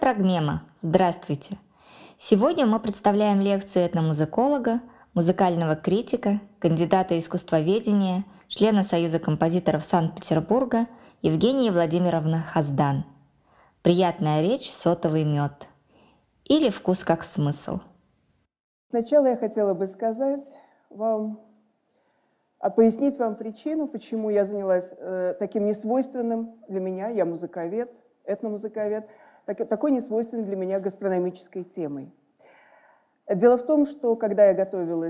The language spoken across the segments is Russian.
Фрагмема. Здравствуйте! Сегодня мы представляем лекцию этномузыколога, музыкального критика, кандидата искусствоведения, члена Союза композиторов Санкт-Петербурга Евгения Владимировна Хаздан. Приятная речь, сотовый мед. Или вкус как смысл. Сначала я хотела бы сказать вам, пояснить вам причину, почему я занялась таким несвойственным для меня, я музыковед, этномузыковед, такой несвойственной для меня гастрономической темой. Дело в том, что когда я готовила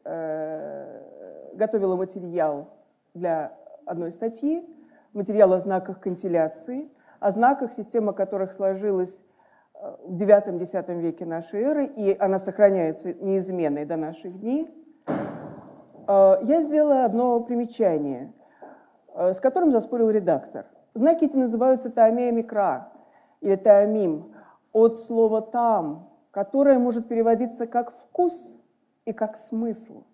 материал для одной статьи, материал о знаках кантиляции, о знаках, система которых сложилась в IX-X веке нашей эры, и она сохраняется неизменной до наших дней, я сделала одно примечание, с которым заспорил редактор. Знаки эти называются таамея микра, или таамим, от слова «там», которое может переводиться как «вкус» и как «смысл».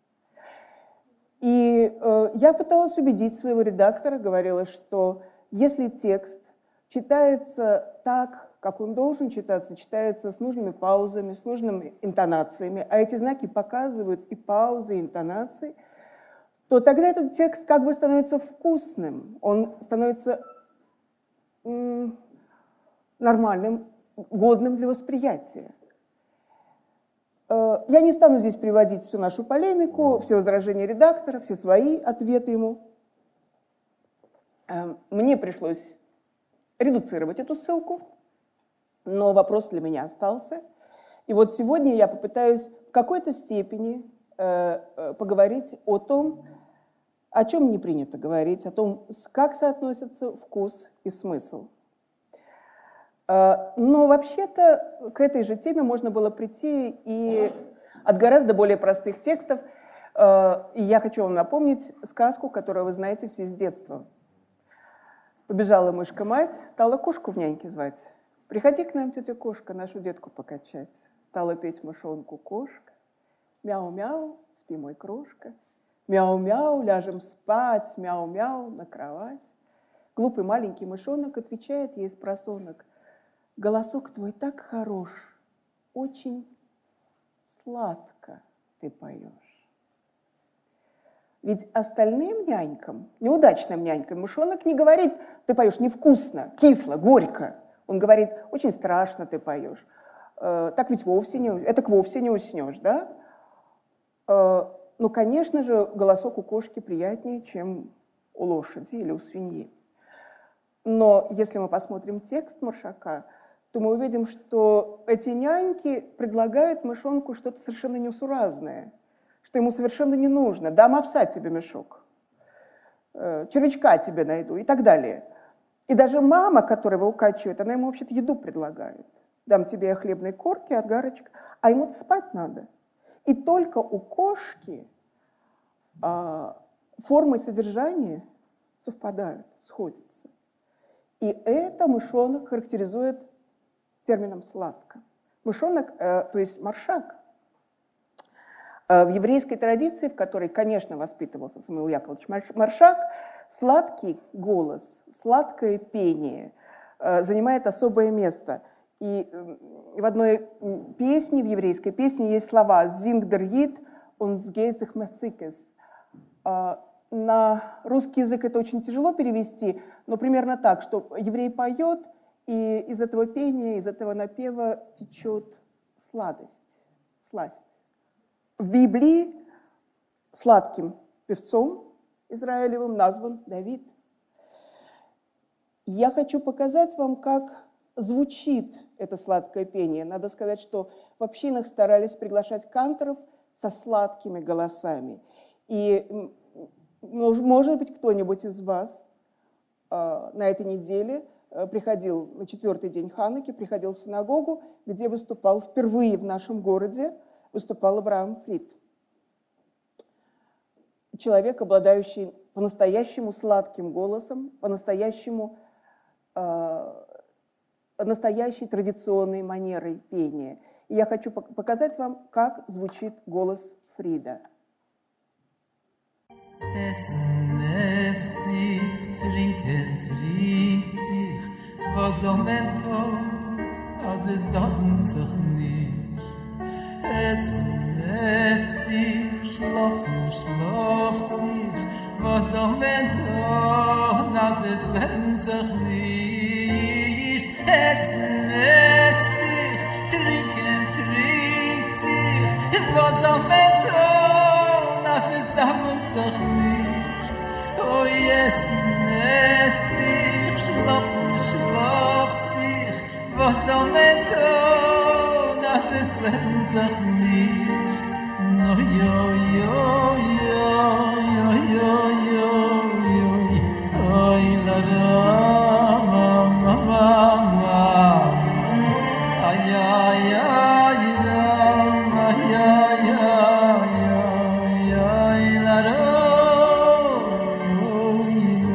И я пыталась убедить своего редактора, говорила, что если текст читается так, как он должен читаться, читается с нужными паузами, с нужными интонациями, а эти знаки показывают и паузы, и интонации, то тогда этот текст как бы становится вкусным, он становится нормальным, годным для восприятия. Я не стану здесь приводить всю нашу полемику, все возражения редактора, все свои ответы ему. Мне пришлось редуцировать эту ссылку, но вопрос для меня остался. И вот сегодня я попытаюсь в какой-то степени поговорить о том, о чем не принято говорить, о том, как соотносятся вкус и смысл. Но вообще-то к этой же теме можно было прийти и от гораздо более простых текстов. И я хочу вам напомнить сказку, которую вы знаете все с детства. Побежала мышка-мать, стала кошку в няньке звать. «Приходи к нам, тетя кошка, нашу детку покачать». Стала петь мышонку кошка. «Мяу-мяу, спи, мой крошка. Мяу-мяу, ляжем спать, мяу-мяу, на кровать». Глупый маленький мышонок отвечает ей спросонок: «Голосок твой так хорош, очень сладко ты поешь». Ведь остальным нянькам, неудачным нянькам, мышонок не говорит: «Ты поешь невкусно, кисло, горько». Он говорит: «Очень страшно ты поешь. Так ведь вовсе не уснешь, да?» Ну, конечно же, голосок у кошки приятнее, чем у лошади или у свиньи. Но если мы посмотрим текст Маршака, то мы увидим, что эти няньки предлагают мышонку что-то совершенно несуразное, что ему совершенно не нужно. «Дам овса тебе мешок», «червячка тебе найду» и так далее. И даже мама, которая его укачивает, она ему вообще-то еду предлагает. «Дам тебе хлебной корки, отгарочка», а ему-то спать надо. И только у кошки формы и содержание совпадают, сходятся. И это мышонок характеризует термином «сладко». Мышонок, то есть Маршак, в еврейской традиции, в которой, конечно, воспитывался Самуил Яковлевич Маршак, сладкий голос, сладкое пение занимает особое место. И в одной песне, в еврейской песне, есть слова «Зинг дер Йид und geht sich messikes». На русский язык это очень тяжело перевести, но примерно так, что еврей поет, и из этого пения, из этого напева течет сладость, сласть. В Библии сладким певцом израилевым назван Давид. Я хочу показать вам, как звучит это сладкое пение. Надо сказать, что в общинах старались приглашать канторов со сладкими голосами. И, может быть, кто-нибудь из вас на этой неделе приходил на 4-й день Хануки, приходил в синагогу, где выступал впервые в нашем городе, выступал Авраам Фрид. Человек, обладающий по-настоящему сладким голосом, по-настоящему настоящей традиционной манерой пения. И я хочу показать вам, как звучит голос Фрида. Essen esst sich, trinken trinkt sich, was am Ende es lohnt sich nicht. Es lässt sich schlafen, schlaft sich, was soll man tun, das es lohnt sich nicht. Es lässt sich trinken, trinkt sich, was soll man tun, das es lohnt sich nicht. Oh, es lässt sich schlafen, schlaft sich, was soll man tun, das es lohnt sich nicht. No, yo, yo, yo, yo, yo, yo, yo, oi, la, la, ma, ma, ma, ma. Ay, ay, ay, la, ay, ay, ay, ay, la, la, yo, yo.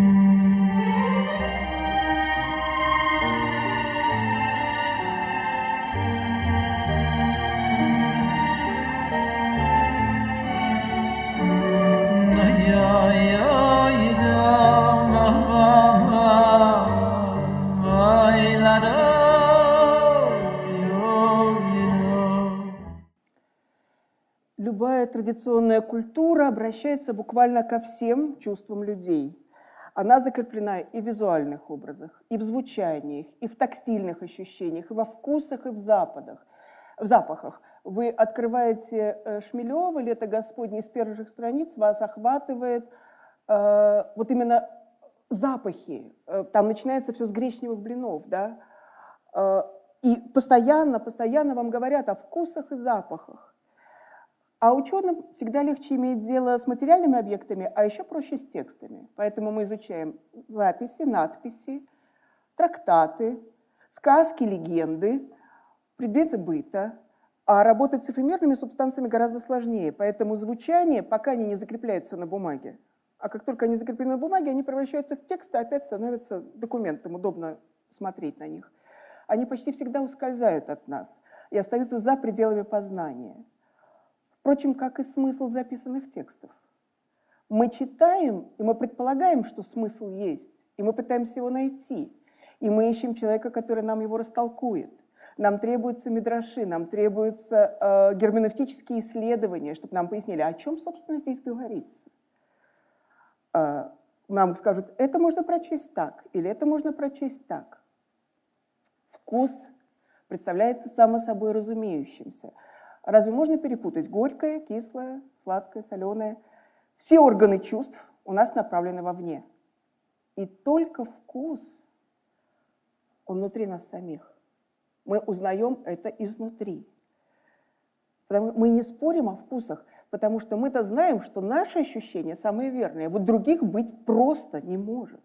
Любая традиционная культура обращается буквально ко всем чувствам людей. Она закреплена и в визуальных образах, и в звучаниях, и в тактильных ощущениях, и во вкусах, и в запахах. Вы открываете Шмелева «Лето Господне», с первых же страниц вас охватывает вот именно запахи. Там начинается все с гречневых блинов, да? И постоянно вам говорят о вкусах и запахах. А ученым всегда легче иметь дело с материальными объектами, а еще проще с текстами. Поэтому мы изучаем записи, надписи, трактаты, сказки, легенды, предметы быта. А работать с эфемерными субстанциями гораздо сложнее. Поэтому звучание, пока они не закрепляются на бумаге, а как только они закреплены на бумаге, они превращаются в текст и опять становятся документом, удобно смотреть на них. Они почти всегда ускользают от нас и остаются за пределами познания. Впрочем, как и смысл записанных текстов. Мы читаем, и мы предполагаем, что смысл есть, и мы пытаемся его найти, и мы ищем человека, который нам его растолкует. Нам требуются мидраши, нам требуются герменевтические исследования, чтобы нам пояснили, о чем, собственно, здесь говорится. Нам скажут, это можно прочесть так, или это можно прочесть так. Вкус представляется само собой разумеющимся. Разве можно перепутать горькое, кислое, сладкое, соленое? Все органы чувств у нас направлены вовне. И только вкус, он внутри нас самих. Мы узнаем это изнутри. Мы не спорим о вкусах, потому что мы-то знаем, что наши ощущения самые верные. Вот других быть просто не может.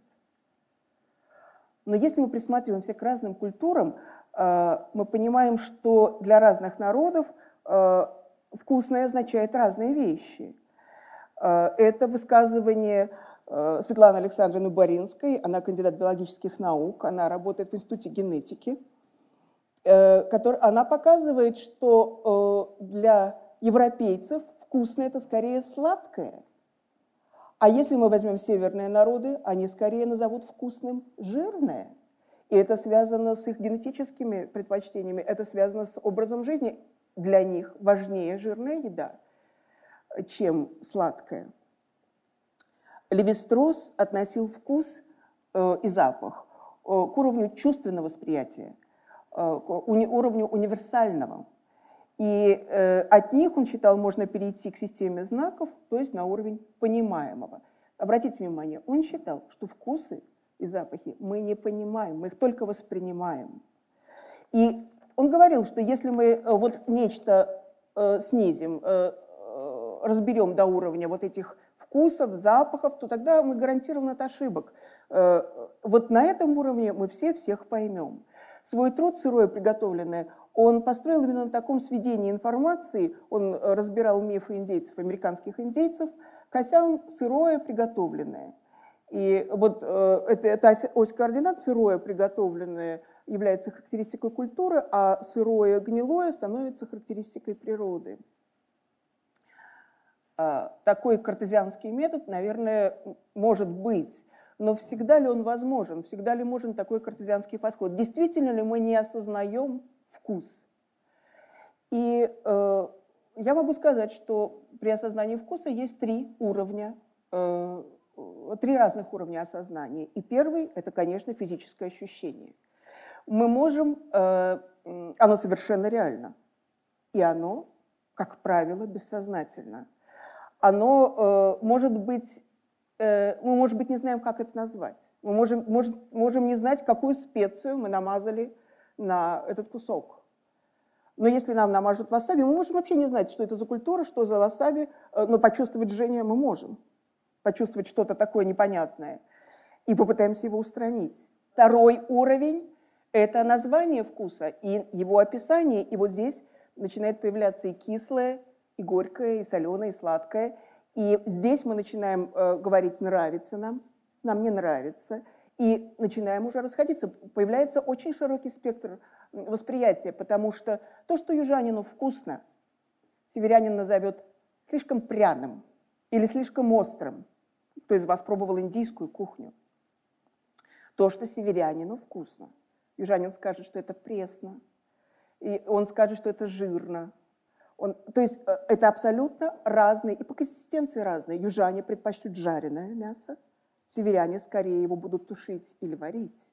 Но если мы присматриваемся к разным культурам, мы понимаем, что для разных народов вкусное означает разные вещи. Это высказывание Светланы Александровны Боринской, она кандидат биологических наук, она работает в Институте генетики. Она показывает, что для европейцев вкусное – это скорее сладкое. А если мы возьмем северные народы, они скорее назовут вкусным жирное. И это связано с их генетическими предпочтениями, это связано с образом жизни. Для них важнее жирная еда, чем сладкая. Леви-Стросс относил вкус и запах к уровню чувственного восприятия, к уровню универсального. И от них, он считал, можно перейти к системе знаков, то есть на уровень понимаемого. Обратите внимание, он считал, что вкусы и запахи мы не понимаем, мы их только воспринимаем. И он говорил, что если мы вот нечто снизим, разберем до уровня вот этих вкусов, запахов, то тогда мы гарантированно от ошибок. Вот на этом уровне мы всех поймем. Свой труд «Сырое приготовленное» он построил именно на таком сведении информации. Он разбирал мифы индейцев, американских индейцев, косям «Сырое приготовленное». И вот эта ось координат «Сырое приготовленное» является характеристикой культуры, а сырое, гнилое становится характеристикой природы. Такой картезианский метод, наверное, может быть Но всегда ли он возможен? Всегда ли можно такой картезианский подход? Действительно ли мы не осознаем вкус? И я могу сказать, что при осознании вкуса есть три разных уровня осознания. И первый – это, конечно, физическое ощущение. Мы можем, оно совершенно реально, и оно, как правило, бессознательно. Оно может быть, мы, может быть, не знаем, как это назвать. Мы можем не знать, какую специю мы намазали на этот кусок. Но если нам намажут васаби, мы можем вообще не знать, что это за культура, что за васаби, но почувствовать жжение мы можем. Почувствовать что-то такое непонятное. И попытаемся его устранить. Второй уровень – это название вкуса и его описание. И вот здесь начинает появляться и кислое, и горькое, и соленое, и сладкое. И здесь мы начинаем говорить «нравится нам», «нам не нравится». И начинаем уже расходиться. Появляется очень широкий спектр восприятия, потому что то, что южанину вкусно, северянин назовет слишком пряным или слишком острым. Кто из вас пробовал индийскую кухню? То, что северянину вкусно. Южанин скажет, что это пресно, и он скажет, что это жирно. То есть это абсолютно разные, и по консистенции разные. Южане предпочтут жареное мясо, северяне скорее его будут тушить или варить.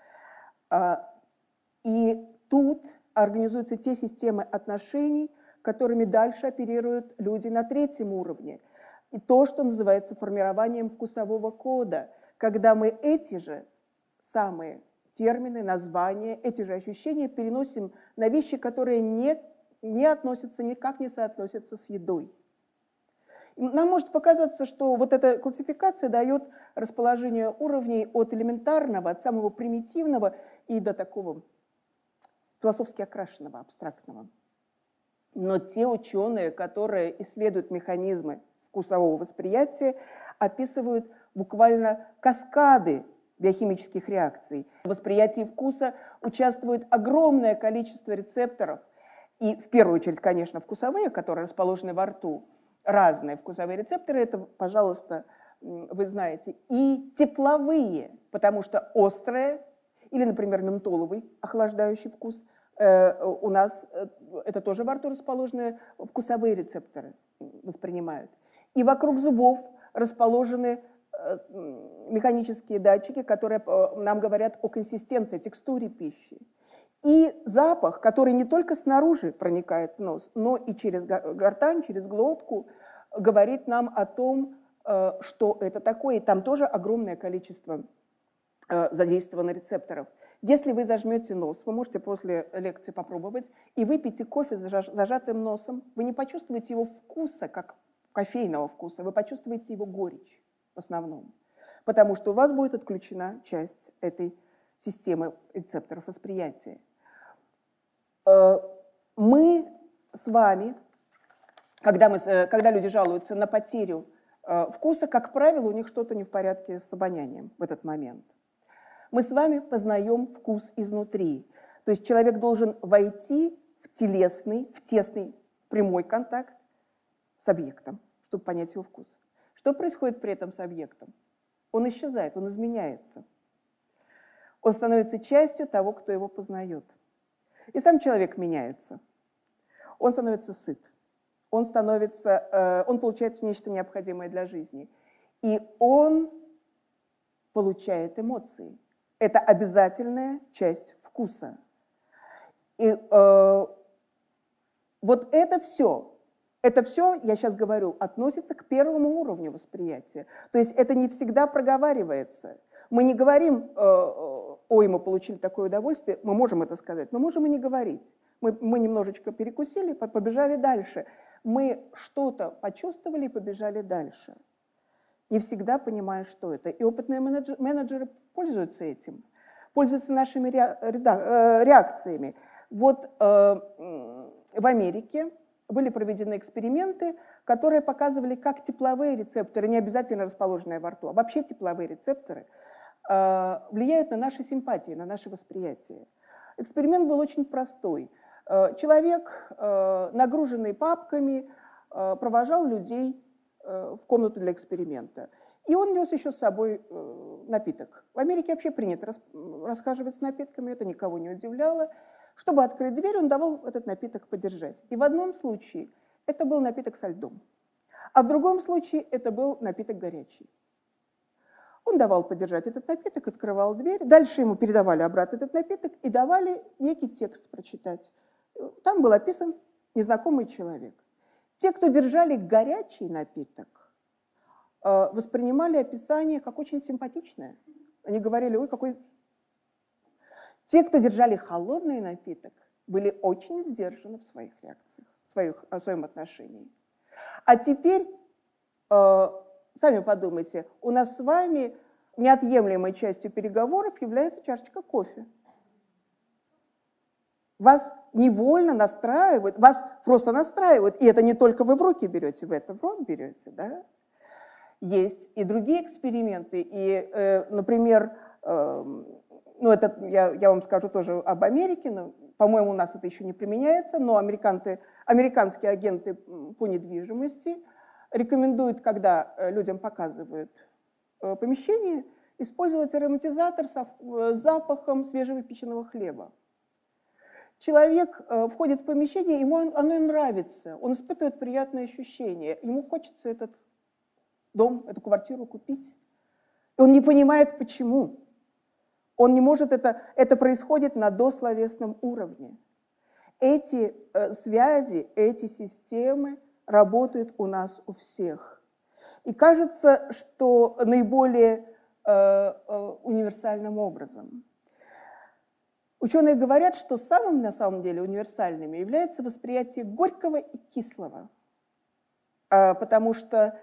И тут организуются те системы отношений, которыми дальше оперируют люди на третьем уровне. И то, что называется формированием вкусового кода, когда мы эти же самые термины, названия, эти же ощущения переносим на вещи, которые не относятся, никак не соотносятся с едой. И нам может показаться, что вот эта классификация дает расположение уровней от элементарного, от самого примитивного и до такого философски окрашенного, абстрактного. Но те ученые, которые исследуют механизмы вкусового восприятия, описывают буквально каскады биохимических реакций. В восприятии вкуса участвует огромное количество рецепторов, и в первую очередь, конечно, вкусовые, которые расположены во рту, разные вкусовые рецепторы, это, пожалуйста, вы знаете, и тепловые, потому что острое, или, например, ментоловый охлаждающий вкус, у нас это тоже во рту расположенные вкусовые рецепторы воспринимают. И вокруг зубов расположены механические датчики, которые нам говорят о консистенции, текстуре пищи. И запах, который не только снаружи проникает в нос, но и через гортань, через глотку, говорит нам о том, что это такое. И там тоже огромное количество задействовано рецепторов. Если вы зажмете нос, вы можете после лекции попробовать, и выпейте кофе с зажатым носом, вы не почувствуете его вкуса, как кофейного вкуса, вы почувствуете его горечь в основном, потому что у вас будет отключена часть этой системы рецепторов восприятия. Мы с вами, когда люди жалуются на потерю вкуса, как правило, у них что-то не в порядке с обонянием в этот момент. Мы с вами познаем вкус изнутри. То есть человек должен войти в тесный, прямой контакт с объектом, чтобы понять его вкус. Что происходит при этом с объектом? Он исчезает, он изменяется. Он становится частью того, кто его познает. И сам человек меняется. Он становится сыт. Он получает нечто необходимое для жизни. И он получает эмоции. Это обязательная часть вкуса. И вот это все, я сейчас говорю, относится к первому уровню восприятия. То есть это не всегда проговаривается. Мы не говорим, ой, мы получили такое удовольствие, мы можем это сказать, но можем и не говорить. Мы немножечко перекусили, побежали дальше. Мы что-то почувствовали и побежали дальше. Не всегда понимая, что это. И опытные менеджеры пользуются этим, пользуются нашими реакциями. Вот в Америке были проведены эксперименты, которые показывали, как тепловые рецепторы, не обязательно расположенные во рту, а вообще тепловые рецепторы, влияют на наши симпатии, на наше восприятие. Эксперимент был очень простой. Человек, нагруженный папками, провожал людей в комнату для эксперимента. И он нес еще с собой напиток. В Америке вообще принято расхаживать с напитками, это никого не удивляло. Чтобы открыть дверь, он давал этот напиток подержать. И в одном случае это был напиток со льдом, а в другом случае это был напиток горячий. Он давал подержать этот напиток, открывал дверь, дальше ему передавали обратно этот напиток и давали некий текст прочитать. Там был описан незнакомый человек. Те, кто держали горячий напиток, воспринимали описание как очень симпатичное. Они говорили, ой, какой... Те, кто держали холодный напиток, были очень сдержаны в своих реакциях, в своем отношении. А теперь, сами подумайте, у нас с вами неотъемлемой частью переговоров является чашечка кофе. Вас невольно настраивают, вас просто настраивают, и это не только вы в руки берете, вы это в рот берете, да? Есть и другие эксперименты, и, например, ну, это я вам скажу тоже об Америке, но, по-моему, у нас это еще не применяется, но американские агенты по недвижимости рекомендуют, когда людям показывают помещение, использовать ароматизатор с запахом свежевыпеченного хлеба. Человек входит в помещение, ему оно нравится, он испытывает приятные ощущения, ему хочется этот дом, эту квартиру купить. И он не понимает, почему. Он не может это происходит на дословесном уровне. Эти связи, эти системы работают у нас у всех. И кажется, что наиболее универсальным образом. Ученые говорят, что самым на самом деле универсальными является восприятие горького и кислого. Потому что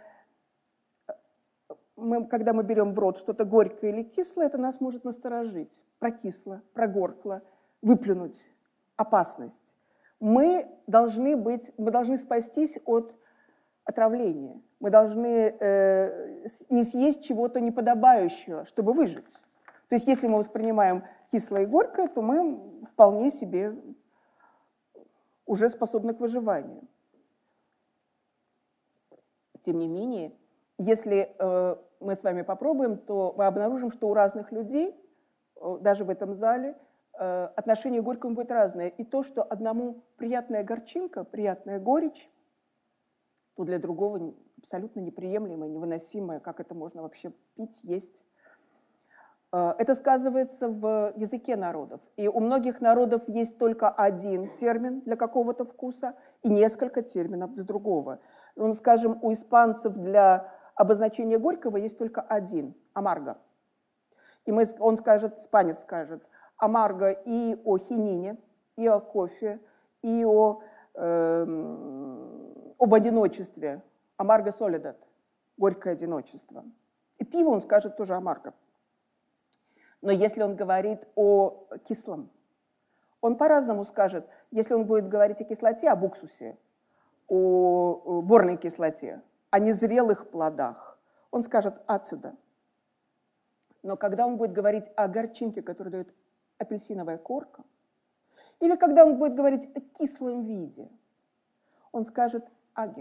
когда мы берем в рот что-то горькое или кислое, это нас может насторожить, прокисло, прогоркло, выплюнуть, опасность. Мы должны спастись от отравления. Мы должны не съесть чего-то неподобающего, чтобы выжить. То есть если мы воспринимаем кислое и горькое, то мы вполне себе уже способны к выживанию. Тем не менее, если мы с вами попробуем, то мы обнаружим, что у разных людей, даже в этом зале, отношение к горькому будет разное. И то, что одному приятная горчинка, приятная горечь, то для другого абсолютно неприемлемое, невыносимое, как это можно вообще пить, есть. Это сказывается в языке народов. И у многих народов есть только один термин для какого-то вкуса и несколько терминов для другого. Ну, скажем, у испанцев для обозначения горького есть только один – амарго. И испанец скажет амарго и о хинине, и о кофе, и об одиночестве. Амарго солидат – горькое одиночество. И пиво он скажет тоже амарго. Но если он говорит о кислом, он по-разному скажет. Если он будет говорить о кислоте, об уксусе, о борной кислоте, о незрелых плодах, он скажет ацида. Но когда он будет говорить о горчинке, которую дает апельсиновая корка, или когда он будет говорить о кислом виде, он скажет агио.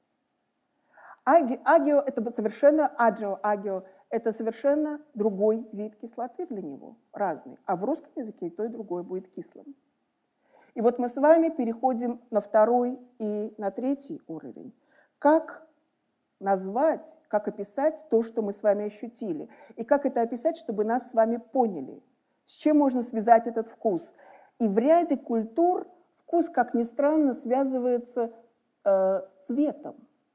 Агио – это совершенно агио – это совершенно другой вид кислоты для него, разный. А в русском языке и то, и другое будет кислым. И вот мы с вами переходим на второй и на третий уровень. Как назвать, как описать то, что мы с вами ощутили? И как это описать, чтобы нас с вами поняли? С чем можно связать этот вкус? И в ряде культур вкус, как ни странно, связывается с цветом.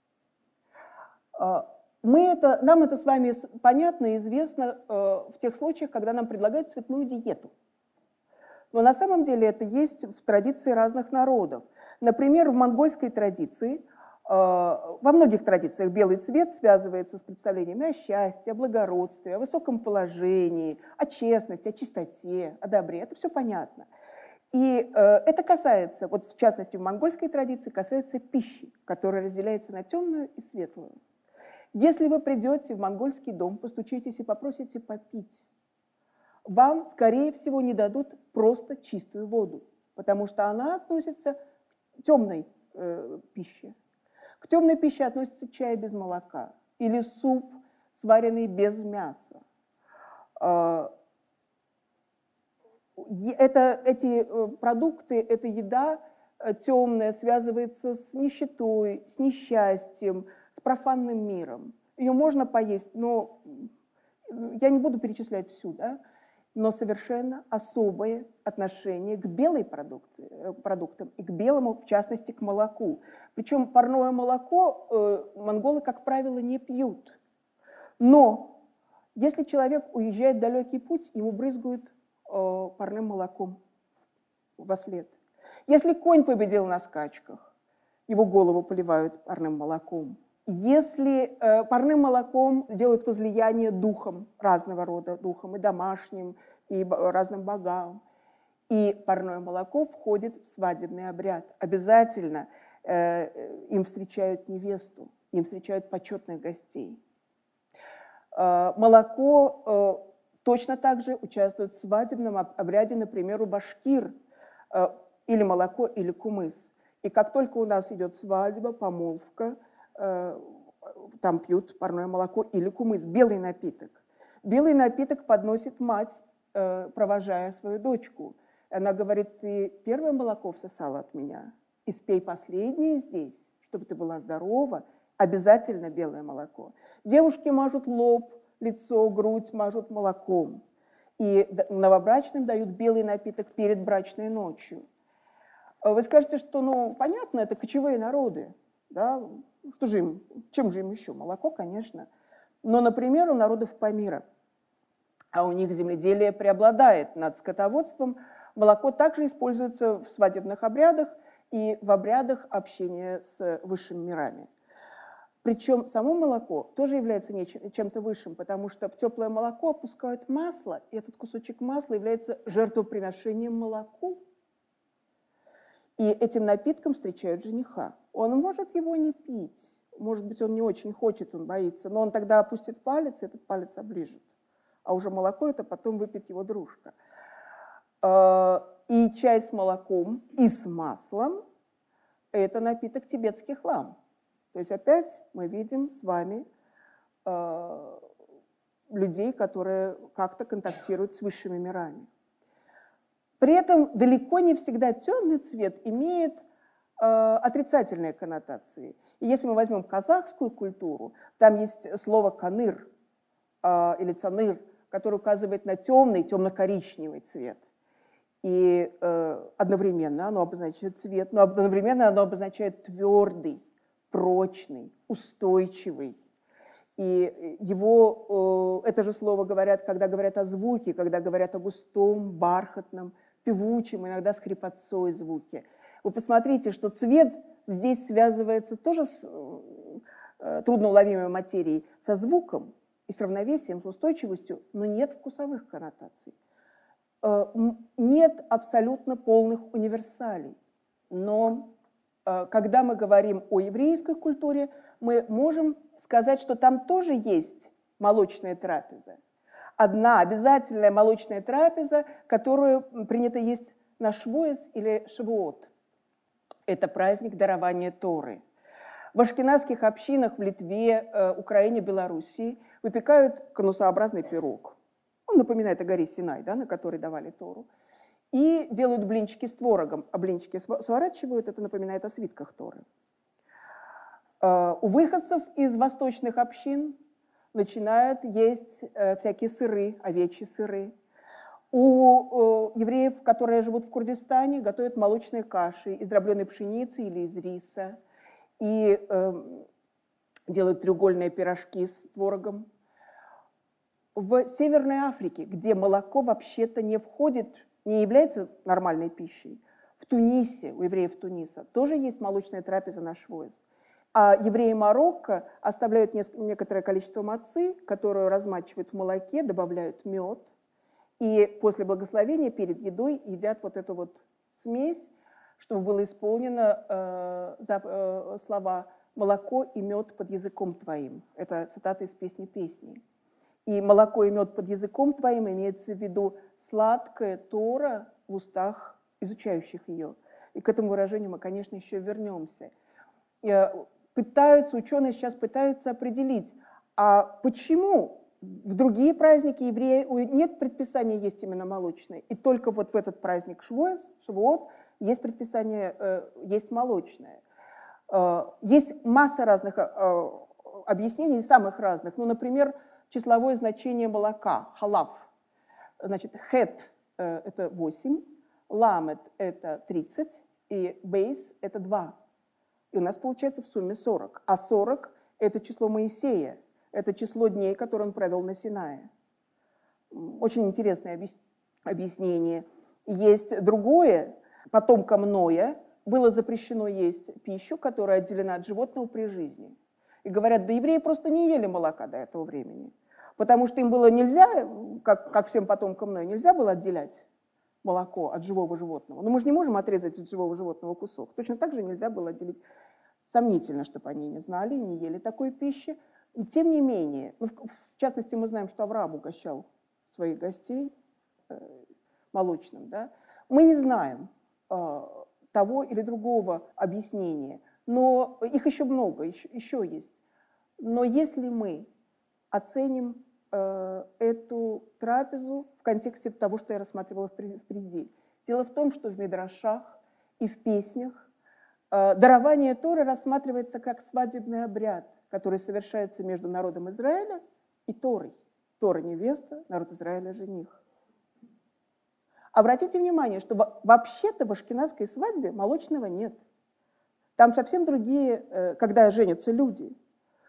Нам это с вами понятно и известно в тех случаях, когда нам предлагают цветную диету. Но на самом деле это есть в традиции разных народов. Например, в монгольской традиции, во многих традициях белый цвет связывается с представлениями о счастье, о благородстве, о высоком положении, о честности, о чистоте, о добре. Это все понятно. И это касается, вот в частности в монгольской традиции, касается пищи, которая разделяется на темную и светлую. Если вы придете в монгольский дом, постучитесь и попросите попить, вам, скорее всего, не дадут просто чистую воду, потому что она относится к темной пище. К темной пище относится чай без молока или суп, сваренный без мяса. Эти продукты, эта еда темная связывается с нищетой, с несчастьем, с профанным миром. Ее можно поесть, но я не буду перечислять всю, да? Но совершенно особое отношение к белой продуктам и к белому, в частности, к молоку. Причем парное молоко монголы, как правило, не пьют. Но если человек уезжает в далекий путь, ему брызгают парным молоком вослед. Если конь победил на скачках, его голову поливают парным молоком. Если парным молоком делают возлияние духом, разного рода духом, и домашним, и разным богам, и парное молоко входит в свадебный обряд. Обязательно им встречают невесту, им встречают почетных гостей. Молоко точно так же участвует в свадебном обряде, например, у башкир, или молоко, или кумыс. И как только у нас идет свадьба, помолвка, там пьют парное молоко или кумыс, белый напиток. Белый напиток подносит мать, провожая свою дочку. Она говорит: ты первое молоко всосала от меня, и спей последнее здесь, чтобы ты была здорова, обязательно белое молоко. Девушки мажут лоб, лицо, грудь мажут молоком. И новобрачным дают белый напиток перед брачной ночью. Вы скажете, что, понятно, это кочевые народы. Да? Что же им, чем же им еще? Молоко, конечно. Но, например, у народов Памира, а у них земледелие преобладает над скотоводством, молоко также используется в свадебных обрядах и в обрядах общения с высшими мирами. Причем само молоко тоже является чем-то высшим, потому что в теплое молоко опускают масло, и этот кусочек масла является жертвоприношением молоку. И этим напитком встречают жениха. Он может его не пить, может быть, он не очень хочет, он боится, но он тогда опустит палец, и этот палец оближет. А уже молоко это потом выпьет его дружка. И чай с молоком, и с маслом – это напиток тибетских лам. То есть опять мы видим с вами людей, которые как-то контактируют с высшими мирами. При этом далеко не всегда темный цвет имеет отрицательные коннотации. И если мы возьмем казахскую культуру, там есть слово «каныр» или «цаныр», которое указывает на темный, темно-коричневый цвет. И одновременно оно обозначает цвет, но одновременно оно обозначает твердый, прочный, устойчивый. И его, это же слово говорят, когда говорят о звуке, когда говорят о густом, бархатном, певучем, иногда скрипотцой звуке. Вы посмотрите, что цвет здесь связывается тоже с трудноуловимой материей, со звуком и с равновесием, с устойчивостью, но нет вкусовых коннотаций. Нет абсолютно полных универсалей. Но когда мы говорим о еврейской культуре, мы можем сказать, что там тоже есть молочная трапеза. Одна обязательная молочная трапеза, которую принято есть на Швуэс или Шавуот. Это праздник дарования Торы. В ашкеназских общинах в Литве, Украине, Белоруссии выпекают конусообразный пирог. Он напоминает о горе Синай, да, на которой давали Тору. И делают блинчики с творогом. А блинчики сворачивают, это напоминает о свитках Торы. У выходцев из восточных общин начинают есть всякие сыры, овечьи сыры. У евреев, которые живут в Курдистане, готовят молочные каши из дробленой пшеницы или из риса. И делают треугольные пирожки с творогом. В Северной Африке, где молоко вообще-то не входит, не является нормальной пищей, в Тунисе, у евреев Туниса, тоже есть молочная трапеза на Швуэс. А евреи Марокко оставляют некоторое количество мацы, которую размачивают в молоке, добавляют мед, и после благословения перед едой едят вот эту вот смесь, чтобы было исполнено слова «молоко и мед под языком твоим». Это цитата из песни «Песни». И молоко и мед под языком твоим имеется в виду сладкая Тора в устах изучающих ее. И к этому выражению мы, конечно, еще вернемся. Ученые сейчас пытаются определить, а почему В другие праздники нет предписания есть именно молочное. И только вот в этот праздник Шавуот есть предписание есть молочное. Есть масса разных объяснений, самых разных. Ну, например, числовое значение молока, халав. Значит, хет – это 8, ламет – это 30, и бейс – это 2. И у нас получается в сумме 40. А 40 – это число Моисея, это число дней, которые он провел на Синае. Очень интересное объяснение. Есть другое. Потомкам Ноя было запрещено есть пищу, которая отделена от животного при жизни. И говорят, да евреи просто не ели молока до этого времени. Потому что им было нельзя, как всем потомкам Ноя, нельзя было отделять молоко от живого животного. Но мы же не можем отрезать от живого животного кусок. Точно так же нельзя было отделить. Сомнительно, чтобы они не знали и не ели такой пищи. Тем не менее, в частности, мы знаем, что Авраам угощал своих гостей молочным. Да? Мы не знаем того или другого объяснения, но их еще много, еще есть. Но если мы оценим эту трапезу в контексте того, что я рассматривала впереди. Дело в том, что в мидрашах и в песнях дарование Торы рассматривается как свадебный обряд, который совершается между народом Израиля и Торой. Тора – невеста, народ Израиля – жених. Обратите внимание, что вообще-то в ашкеназской свадьбе молочного нет. Там совсем другие, когда женятся люди.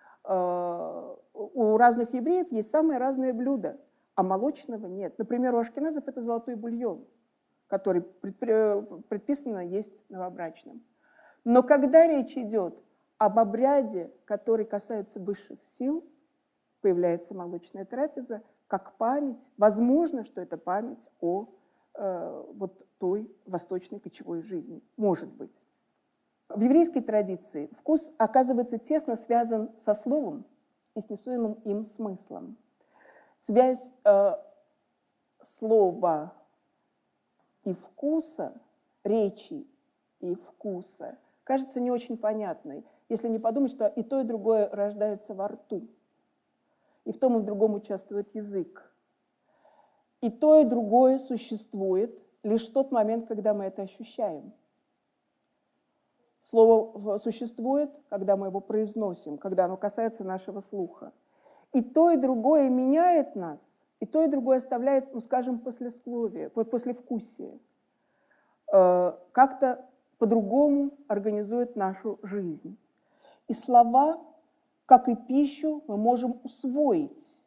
У разных евреев есть самые разные блюда, а молочного нет. Например, у ашкеназов это золотой бульон, который предписано есть новобрачным. Но когда речь идет об обряде, который касается высших сил, появляется молочная трапеза, как память. Возможно, что это память о вот той восточной кочевой жизни. Может быть. В еврейской традиции вкус оказывается тесно связан со словом и с несуемым им смыслом. Связь слова и вкуса, речи и вкуса кажется не очень понятной, если не подумать, что и то, и другое рождается во рту. И в том, и в другом участвует язык. И то, и другое существует лишь в тот момент, когда мы это ощущаем. Слово существует, когда мы его произносим, когда оно касается нашего слуха. И то, и другое меняет нас, и то, и другое оставляет, ну, скажем, послевкусие. Как-то по-другому организует нашу жизнь. И слова, как и пищу, мы можем усвоить.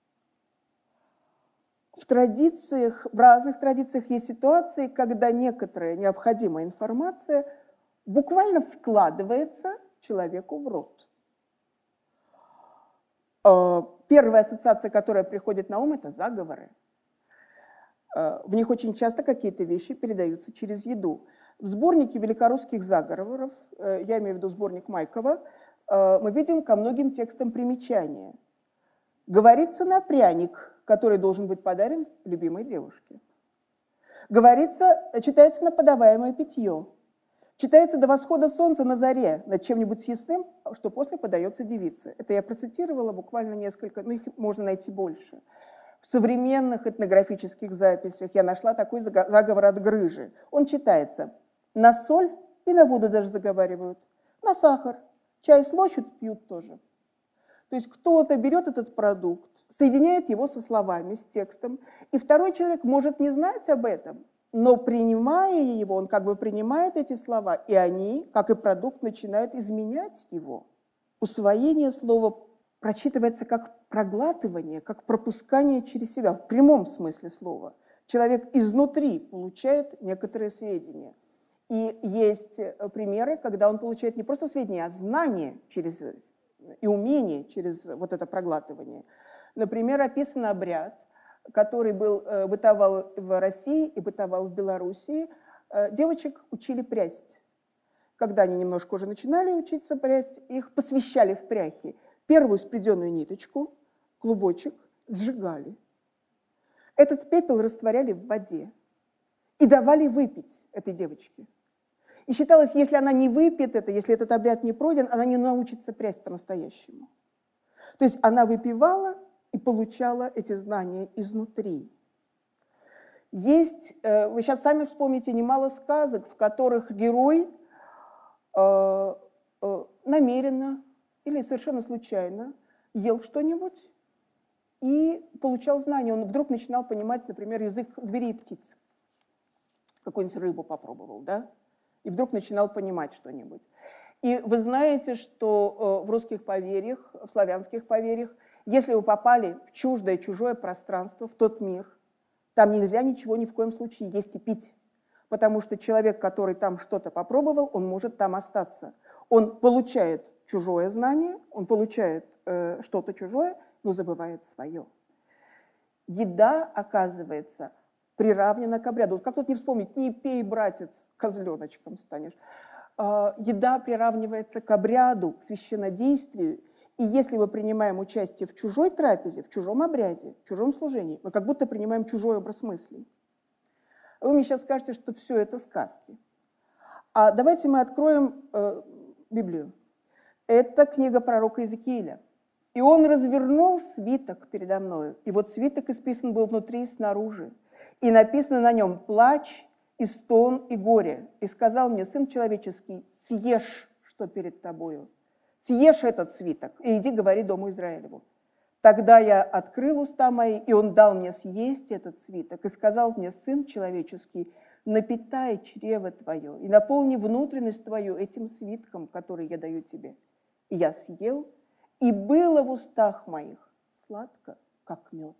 В разных традициях есть ситуации, когда некоторая необходимая информация буквально вкладывается человеку в рот. Первая ассоциация, которая приходит на ум, это заговоры. В них очень часто какие-то вещи передаются через еду. В сборнике великорусских заговоров, я имею в виду сборник Майкова, мы видим ко многим текстам примечания. Говорится на пряник, который должен быть подарен любимой девушке. Читается на подаваемое питье. Читается до восхода солнца на заре над чем-нибудь съестным, что после подается девице. Это я процитировала буквально несколько, но их можно найти больше. В современных этнографических записях я нашла такой заговор от Грыжи. Он читается: на соль и на воду даже заговаривают, на сахар, чай слощут, пьют тоже. То есть кто-то берет этот продукт, соединяет его со словами, с текстом, и второй человек может не знать об этом, но принимая его, он как бы принимает эти слова, и они, как и продукт, начинают изменять его. Усвоение слова прочитывается как проглатывание, как пропускание через себя, в прямом смысле слова. Человек изнутри получает некоторые сведения. И есть примеры, когда он получает не просто сведения, а знания и умение через вот это проглатывание. Например, описан обряд, который бытовал в России и бытовал в Белоруссии. Девочек учили прясть. Когда они немножко уже начинали учиться прясть, их посвящали в пряхи. Первую спреденную ниточку, клубочек, сжигали. Этот пепел растворяли в воде и давали выпить этой девочке. И считалось, если она не выпьет это, если этот обряд не пройден, она не научится прясть по-настоящему. То есть она выпивала, и получала эти знания изнутри. Есть, вы сейчас сами вспомните немало сказок, в которых герой намеренно или совершенно случайно ел что-нибудь и получал знания. Он вдруг начинал понимать, например, язык зверей и птиц. Какую-нибудь рыбу попробовал, да? И вдруг начинал понимать что-нибудь. И вы знаете, что в русских поверьях, в славянских поверьях, если вы попали в чуждое, чужое пространство, в тот мир, там нельзя ничего ни в коем случае есть и пить. Потому что человек, который там что-то попробовал, он может там остаться. Он получает чужое знание, он получает что-то чужое, но забывает свое. Еда, оказывается, приравнена к обряду. Вот как тут не вспомнить, не пей, братец, козленочком станешь. Еда приравнивается к обряду, к священнодействию. И если мы принимаем участие в чужой трапезе, в чужом обряде, в чужом служении, мы как будто принимаем чужой образ мыслей. Вы мне сейчас скажете, что все это сказки. А давайте мы откроем Библию. Это книга пророка Иезекииля. И он развернул свиток передо мною. И вот свиток исписан был внутри и снаружи. И написано на нем плач, и стон, и горе. И сказал мне: сын человеческий, съешь, что перед тобою. Съешь этот свиток, и иди говори дому Израилеву. Тогда я открыл уста мои, и он дал мне съесть этот свиток. И сказал мне: сын человеческий, напитай чрево твое, и наполни внутренность твою этим свитком, который я даю тебе. И я съел, и было в устах моих сладко, как мед.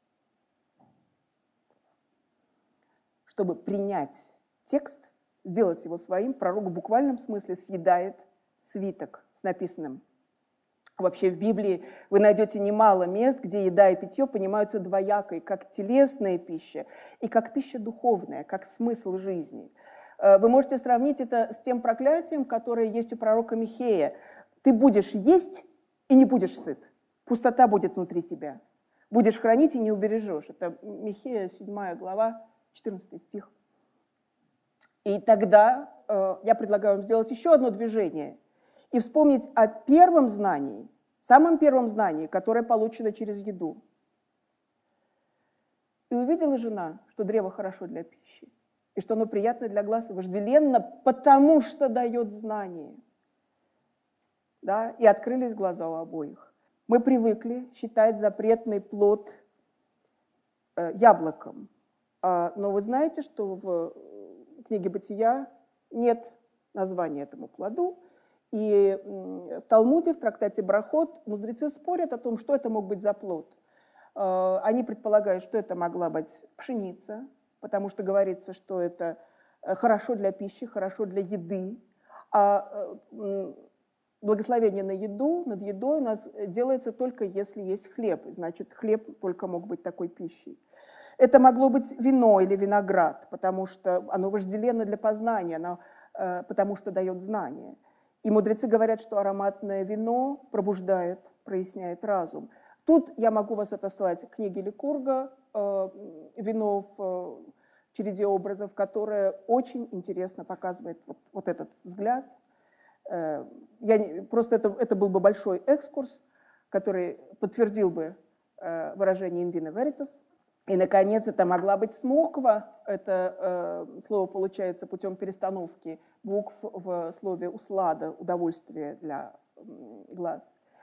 Чтобы принять текст, сделать его своим, пророк в буквальном смысле съедает свиток с написанным. Вообще в Библии вы найдете немало мест, где еда и питье понимаются двояко, как телесная пища и как пища духовная, как смысл жизни. Вы можете сравнить это с тем проклятием, которое есть у пророка Михея. Ты будешь есть и не будешь сыт. Пустота будет внутри тебя. Будешь хранить и не убережешь. Это Михея, 7 глава, 14 стих. И тогда я предлагаю вам сделать еще одно движение и вспомнить о первом знании, самом первом знании, которое получено через еду. И увидела жена, что древо хорошо для пищи, и что оно приятно для глаз и вожделенно, потому что дает знание. Да? И открылись глаза у обоих. Мы привыкли считать запретный плод яблоком. Но вы знаете, что в книге «Бытия» нет названия этому плоду. И в Талмуде, в трактате Брахот, мудрецы спорят о том, что это мог быть за плод. Они предполагают, что это могла быть пшеница, потому что говорится, что это хорошо для пищи, хорошо для еды. А благословение на еду, над едой у нас делается только если есть хлеб. Значит, хлеб только мог быть такой пищей. Это могло быть вино или виноград, потому что оно вожделенно для познания, оно, потому что дает знания. И мудрецы говорят, что ароматное вино пробуждает, проясняет разум. Тут я могу вас отослать к книге Ликурга «Вино в череде образов», которая очень интересно показывает вот этот взгляд. Просто это был бы большой экскурс, который подтвердил бы выражение «in vino veritas». И, наконец, это могла быть смоква. Это слово получается путем перестановки букв в слове «услада» – удовольствие для глаз.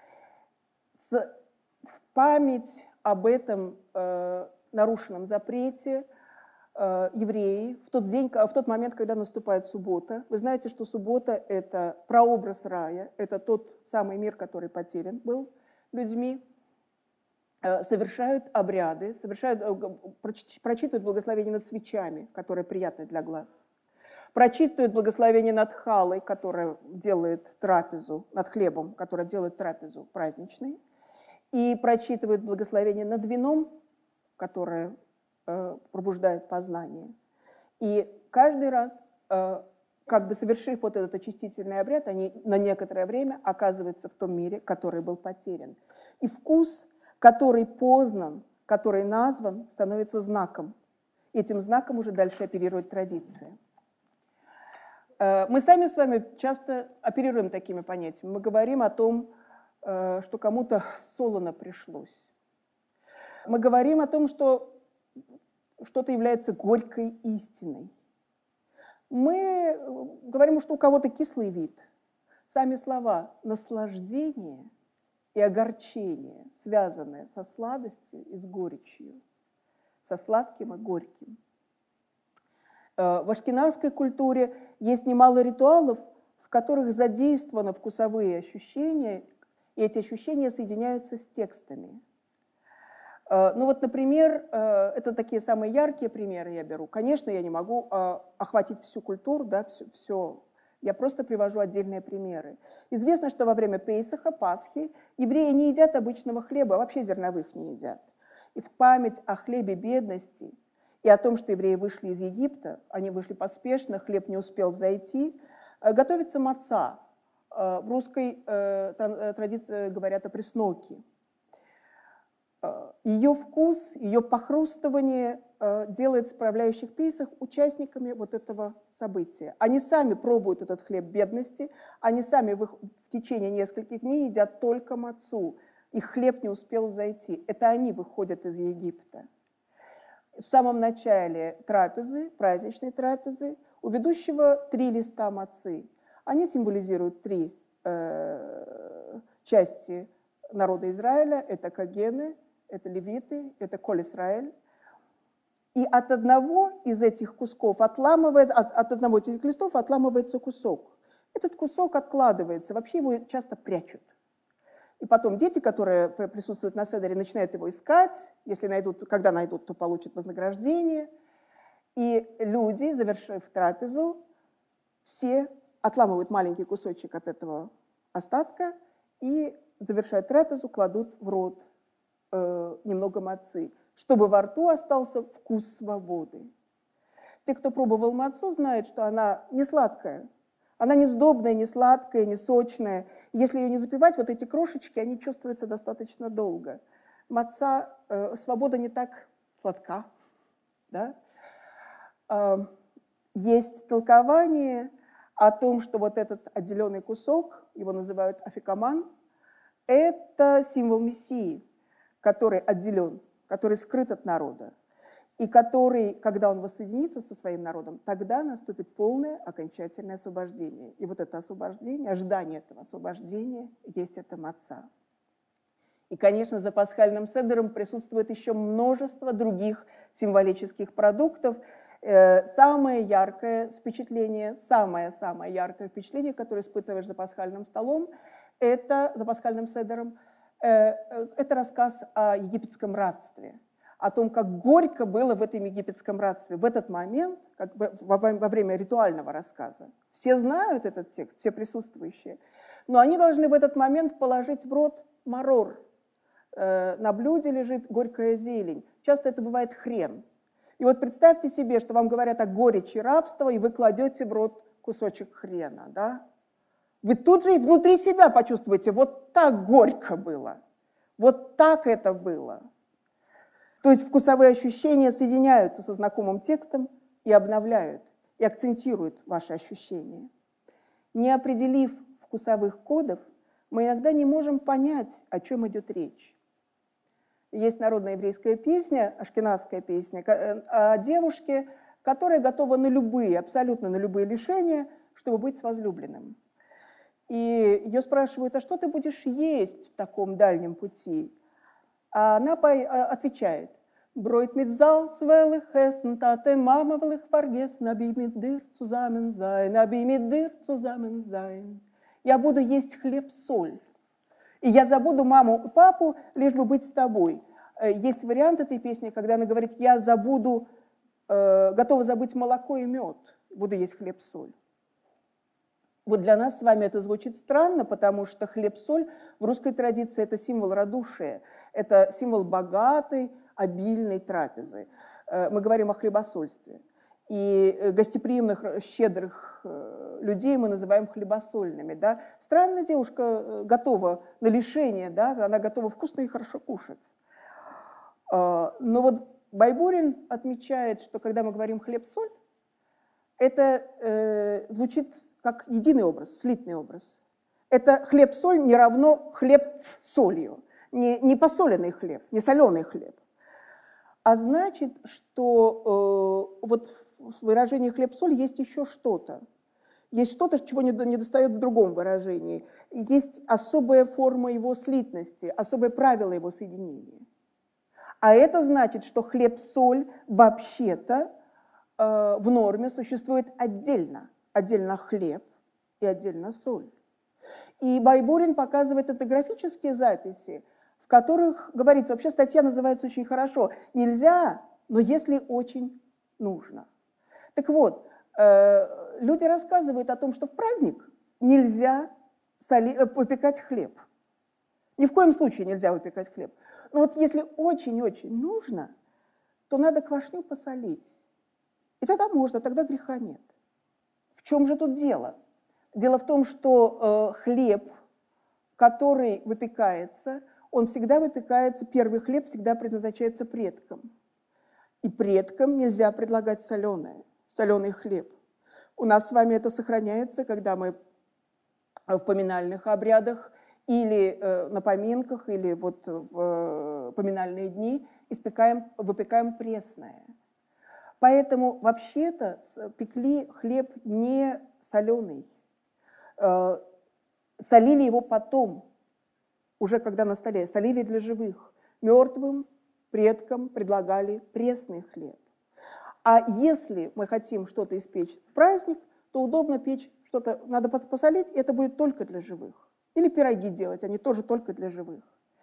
В память об этом нарушенном запрете евреи в тот момент, когда наступает суббота, вы знаете, что суббота – это прообраз рая, это тот самый мир, который потерян был людьми, совершают обряды, прочитывают благословение над свечами, которое приятно для глаз, прочитывают благословение над халой, которое делает трапезу, над хлебом, которое делает трапезу праздничной, и прочитывают благословение над вином, которое пробуждает познание. И каждый раз, как бы совершив вот этот очистительный обряд, они на некоторое время оказываются в том мире, который был потерян. И вкус, который познан, который назван, становится знаком. Этим знаком уже дальше оперирует традиция. Мы сами с вами часто оперируем такими понятиями. Мы говорим о том, что кому-то солоно пришлось. Мы говорим о том, что что-то является горькой истиной. Мы говорим, что у кого-то кислый вид. Сами слова «наслаждение» и «огорчение», связанные со сладостью и с горечью, со сладким и горьким. В ашкеназской культуре есть немало ритуалов, в которых задействованы вкусовые ощущения, и эти ощущения соединяются с текстами. Ну вот, например, это такие самые яркие примеры я беру. Конечно, я не могу охватить всю культуру, да, все. Я просто привожу отдельные примеры. Известно, что во время Пейсаха, Пасхи, евреи не едят обычного хлеба, вообще зерновых не едят. И в память о хлебе бедности и о том, что евреи вышли из Египта, они вышли поспешно, хлеб не успел взойти, готовится маца. В русской традиции говорят о пресноке. Ее вкус, ее похрустывание делает справляющих Пейсах участниками вот этого события. Они сами пробуют этот хлеб бедности, они сами в течение нескольких дней едят только мацу. Их хлеб не успел взойти. Это они выходят из Египта. В самом начале трапезы, праздничной трапезы, у ведущего 3 листа мацы. Они символизируют 3 части народа Израиля. Это кагены, это левиты, это коль Исраэль. И от одного из этих кусков отламывается, от одного из этих листов отламывается кусок. Этот кусок откладывается, вообще его часто прячут. И потом дети, которые присутствуют на седере, начинают его искать. Если найдут, когда найдут, то получат вознаграждение. И люди, завершив трапезу, все отламывают маленький кусочек от этого остатка и, завершая трапезу, кладут в рот немного мацы, чтобы во рту остался вкус свободы. Те, кто пробовал мацу, знают, что она не сладкая. Она не сдобная, не сладкая, не сочная. Если ее не запивать, вот эти крошечки, они чувствуются достаточно долго. Маца, свобода не так сладка. Да? Есть толкование о том, что вот этот отделенный кусок, его называют афикаман, это символ Мессии, который отделен, который скрыт от народа, и который, когда он воссоединится со своим народом, тогда наступит полное окончательное освобождение. И вот это освобождение, ожидание этого освобождения есть эта маца. И, конечно, за пасхальным седером присутствует еще множество других символических продуктов. Самое яркое впечатление, самое-самое яркое впечатление, которое испытываешь за пасхальным столом, это, за пасхальным седером, это рассказ о египетском рабстве, о том, как горько было в этом египетском рабстве. В этот момент, как во время ритуального рассказа, все знают этот текст, все присутствующие, но они должны в этот момент положить в рот марор. На блюде лежит горькая зелень. Часто это бывает хрен. И вот представьте себе, что вам говорят о горечи рабства, и вы кладете в рот кусочек хрена, да? Вы тут же внутри себя почувствуете, вот так горько было, вот так это было. То есть вкусовые ощущения соединяются со знакомым текстом и обновляют, и акцентируют ваши ощущения. Не определив вкусовых кодов, мы иногда не можем понять, о чем идет речь. Есть народная еврейская песня, ашкеназская песня, о девушке, которая готова на любые, абсолютно на любые лишения, чтобы быть с возлюбленным. И ее спрашивают, а что ты будешь есть в таком дальнем пути? А она отвечает, «Бройт мит Salz will ich essen, tate Mama will ich vergessen, aber mit dir zusammen sein, aber mit dir zusammen sein». Я буду есть хлеб-соль, и я забуду маму и папу, лишь бы быть с тобой. Есть вариант этой песни, когда она говорит, я забуду, готова забыть молоко и мед, буду есть хлеб-соль. Вот для нас с вами это звучит странно, потому что хлеб-соль в русской традиции – это символ радушия, это символ богатой, обильной трапезы. Мы говорим о хлебосольстве. И гостеприимных, щедрых людей мы называем хлебосольными. Да? Странная девушка готова на лишение, да? Она готова вкусно и хорошо кушать. Но вот Байбурин отмечает, что когда мы говорим хлеб-соль, это звучит как единый образ, слитный образ. Это хлеб-соль не равно хлеб с солью. Не посоленный хлеб, не соленый хлеб. А значит, что вот в выражении «хлеб-соль» есть еще что-то. Есть что-то, чего не достает в другом выражении. Есть особая форма его слитности, особое правило его соединения. А это значит, что хлеб-соль вообще-то в норме существует отдельно. Отдельно хлеб и отдельно соль. И Байбурин показывает этнографические записи, в которых говорится, вообще статья называется очень хорошо, «Нельзя, но если очень нужно». Так вот, люди рассказывают о том, что в праздник нельзя выпекать хлеб. Ни в коем случае нельзя выпекать хлеб. Но вот если очень-очень нужно, то надо квашню посолить. И тогда можно, тогда греха нет. В чем же тут дело? Дело в том, что хлеб, который выпекается, он всегда выпекается, первый хлеб всегда предназначается предкам. И предкам нельзя предлагать соленый хлеб. У нас с вами это сохраняется, когда мы в поминальных обрядах или на поминках, или вот в поминальные дни выпекаем пресное. Поэтому вообще-то пекли хлеб не соленый. Солили его потом, уже когда на столе, солили для живых. Мертвым предкам предлагали пресный хлеб. А если мы хотим что-то испечь в праздник, то удобно печь что-то, надо посолить, и это будет только для живых. Или пироги делать, они тоже только для живых.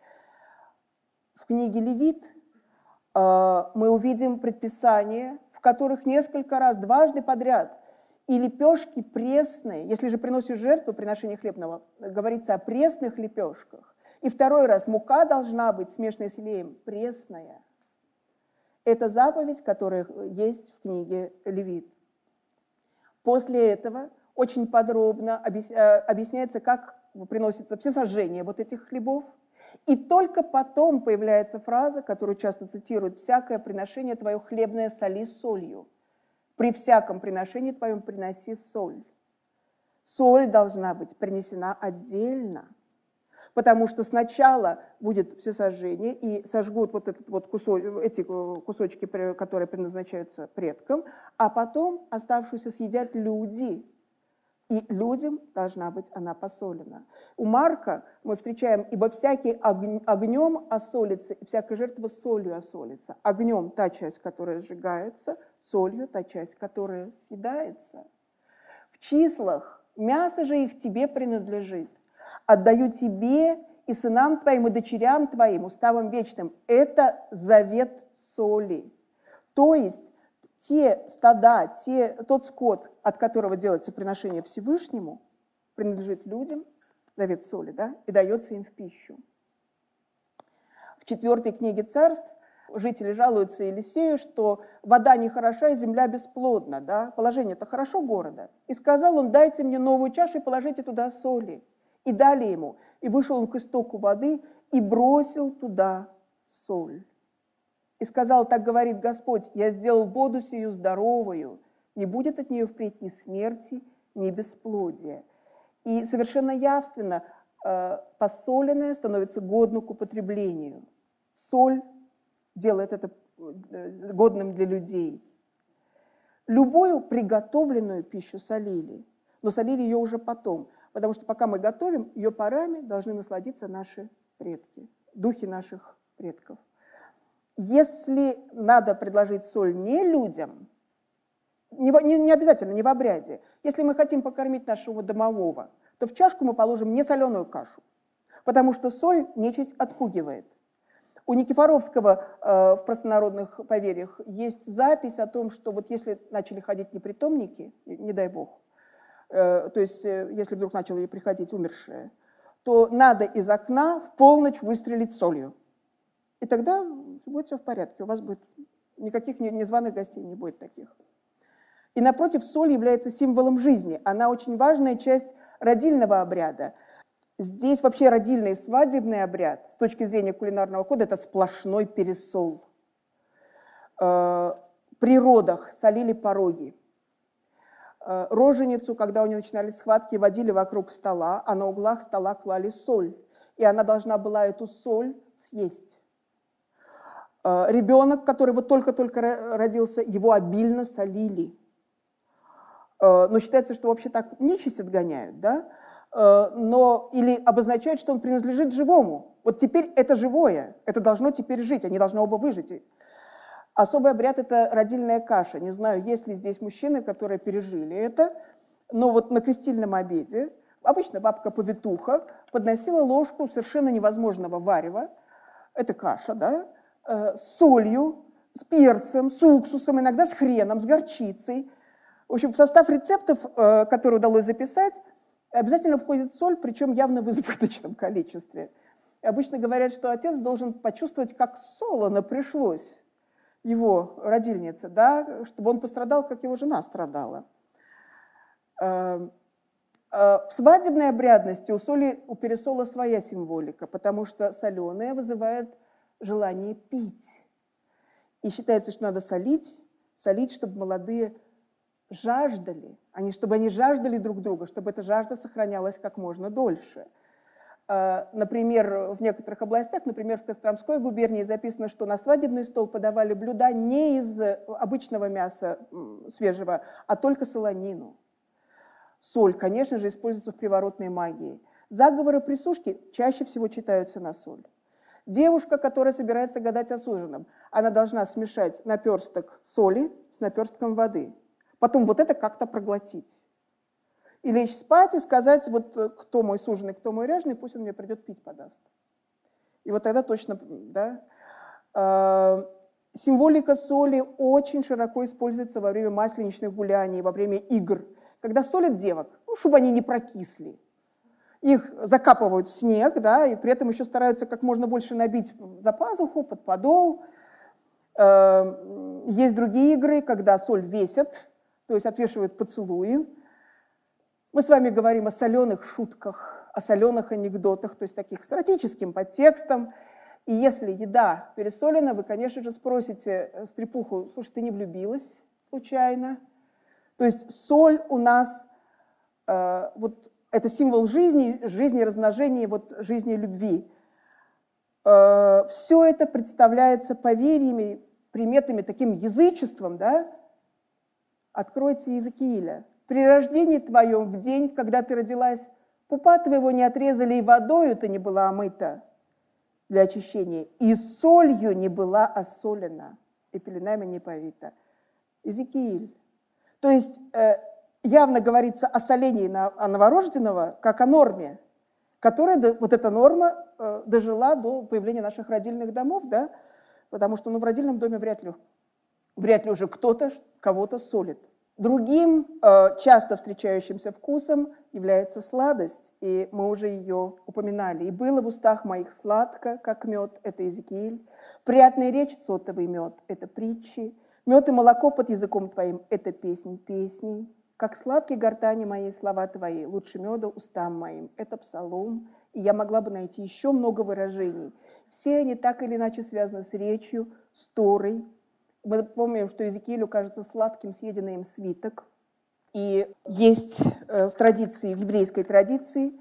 В книге «Левит» мы увидим предписания, в которых несколько раз, дважды подряд, и лепешки пресные, если же приносишь жертву приношения хлебного, говорится о пресных лепешках. И второй раз, мука должна быть, смешанная с елеем, пресная. Это заповедь, которая есть в книге «Левит». После этого очень подробно объясняется, как приносятся всесожжения вот этих хлебов. И только потом появляется фраза, которую часто цитируют: «Всякое приношение твое хлебное соли солью». При всяком приношении твоем приноси соль. Соль должна быть принесена отдельно, потому что сначала будет всесожжение, и сожгут вот этот вот эти кусочки, которые предназначаются предкам, а потом оставшуюся съедят люди. И людям должна быть она посолена. У Марка мы встречаем: «Ибо всякий огнем осолится, и всякая жертва солью осолится». Огнем та часть, которая сжигается, солью та часть, которая съедается. В числах: «Мясо же их тебе принадлежит. Отдаю тебе и сынам твоим, и дочерям твоим уставом вечным». Это завет соли. То есть те стада, тот скот, от которого делается приношение Всевышнему, принадлежит людям, завет соли, да, и дается им в пищу. В 4 книге Царств жители жалуются Елисею, что вода нехороша и земля бесплодна, да, положение-то хорошо города. И сказал он: «Дайте мне новую чашу и положите туда соли». И дали ему. И вышел он к истоку воды и бросил туда соль. И сказал: «Так говорит Господь: я сделал воду сию здоровую, не будет от нее впредь ни смерти, ни бесплодия». И совершенно явственно посоленное становится годно к употреблению. Соль делает это годным для людей. Любую приготовленную пищу солили, но солили ее уже потом, потому что пока мы готовим, ее парами должны насладиться наши предки, духи наших предков. Если надо предложить соль не людям, не обязательно, не в обряде, если мы хотим покормить нашего домового, то в чашку мы положим не соленую кашу, потому что соль нечисть отпугивает. У Никифоровского в простонародных поверьях есть запись о том, что вот если начали ходить непритомники, не дай бог, то есть если вдруг начали приходить умершие, то надо из окна в полночь выстрелить солью. И тогда будет все в порядке, у вас будет никаких незваных гостей, не будет таких. И напротив, соль является символом жизни. Она очень важная часть родильного обряда. Здесь вообще родильный и свадебный обряд с точки зрения кулинарного кода – это сплошной пересол. При родах солили пороги. Роженицу, когда у нее начинались схватки, водили вокруг стола, а на углах стола клали соль. И она должна была эту соль съесть. Ребенок, который вот только-только родился, его обильно солили. Но считается, что вообще так нечисть отгоняют, да? Или обозначают, что он принадлежит живому. Вот теперь это живое, это должно теперь жить, они должны оба выжить. Особый обряд – это родильная каша. Не знаю, есть ли здесь мужчины, которые пережили это, но вот на крестильном обеде обычно бабка-повитуха подносила ложку совершенно невозможного варева, это каша, да, с солью, с перцем, с уксусом, иногда с хреном, с горчицей. В общем, в состав рецептов, которые удалось записать, обязательно входит соль, причем явно в избыточном количестве. И обычно говорят, что отец должен почувствовать, как солоно пришлось его родильнице, да, чтобы он пострадал, как его жена страдала. В свадебной обрядности у соли, у пересола своя символика, потому что соленое вызывает желание пить. И считается, что надо солить, чтобы молодые жаждали, чтобы они жаждали друг друга, чтобы эта жажда сохранялась как можно дольше. Например, в некоторых областях, например, в Костромской губернии записано, что на свадебный стол подавали блюда не из обычного мяса свежего, а только солонину. Соль, конечно же, используется в приворотной магии. Заговоры присушки чаще всего читаются на соль. Девушка, которая собирается гадать о суженом, она должна смешать наперсток соли с наперстком воды. Потом вот это как-то проглотить. И лечь спать и сказать, вот кто мой суженый, кто мой ряженый, пусть он мне придет пить подаст. И вот тогда точно, да. Символика соли очень широко используется во время масленичных гуляний, во время игр. Когда солят девок, чтобы они не прокисли. Их закапывают в снег, да, и при этом еще стараются как можно больше набить за пазуху, под подол. Есть другие игры, когда соль весят, то есть отвешивают поцелуи. Мы с вами говорим о соленых шутках, о соленых анекдотах, то есть таких с эротическим подтекстом. И если еда пересолена, вы, конечно же, спросите стрепуху: слушай, ты не влюбилась случайно? То есть соль у нас, вот это символ жизни, размножения, вот жизни любви. Все это представляется поверьями, приметами, таким язычеством, да? Откройте Иезекииля. При рождении твоем, в день, когда ты родилась, пупа твоего не отрезали, и водою ты не была омыта для очищения, и солью не была осолена, и пеленами не повита. Иезекииль. То есть явно говорится о солении новорожденного как о норме, которая, вот эта норма дожила до появления наших родильных домов, да? Потому что в родильном доме вряд ли уже кто-то кого-то солит. Другим часто встречающимся вкусом является сладость, и мы уже ее упоминали. «И было в устах моих сладко, как мед» – это Иезекииль. «Приятная речь, сотовый мед» – это притчи. «Мед и молоко под языком твоим» – это песнь песней. «Как сладкие гортани мои слова твои, лучше меда устам моим» – это псалом. И я могла бы найти еще много выражений. Все они так или иначе связаны с речью, с Торой. Мы помним, что Иезекиилю кажется сладким съеденный им свиток. И есть в традиции, в еврейской традиции,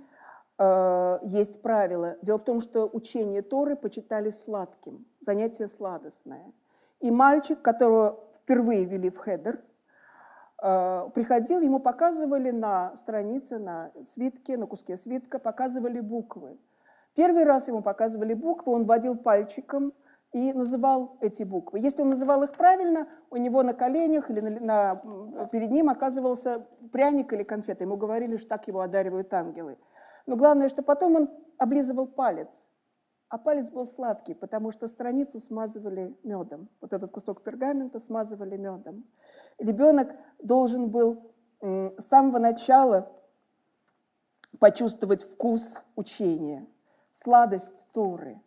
есть правило. Дело в том, что учение Торы почитали сладким, занятие сладостное. И мальчик, которого впервые ввели в хедер, приходил, ему показывали на странице, на свитке, на куске свитка, показывали буквы. Первый раз ему показывали буквы, он водил пальчиком и называл эти буквы. Если он называл их правильно, у него на коленях или перед ним оказывался пряник или конфета. Ему говорили, что так его одаривают ангелы. Но главное, что потом он облизывал палец. А палец был сладкий, потому что страницу смазывали медом. Вот этот кусок пергамента смазывали медом. Ребенок должен был с самого начала почувствовать вкус учения, сладость Торы.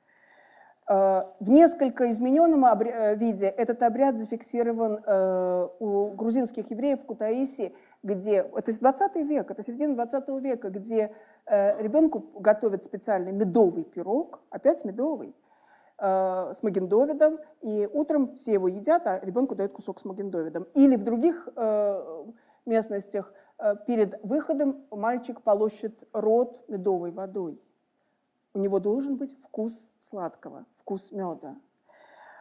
В несколько измененном виде этот обряд зафиксирован у грузинских евреев в Кутаиси, где, это 20 век, это середина 20 века, где ребенку готовят специальный медовый пирог, опять медовый, с Маген-Довидом, и утром все его едят, а ребенку дают кусок с Маген-Довидом. Или в других местностях перед выходом мальчик полощет рот медовой водой. У него должен быть вкус сладкого, вкус меда.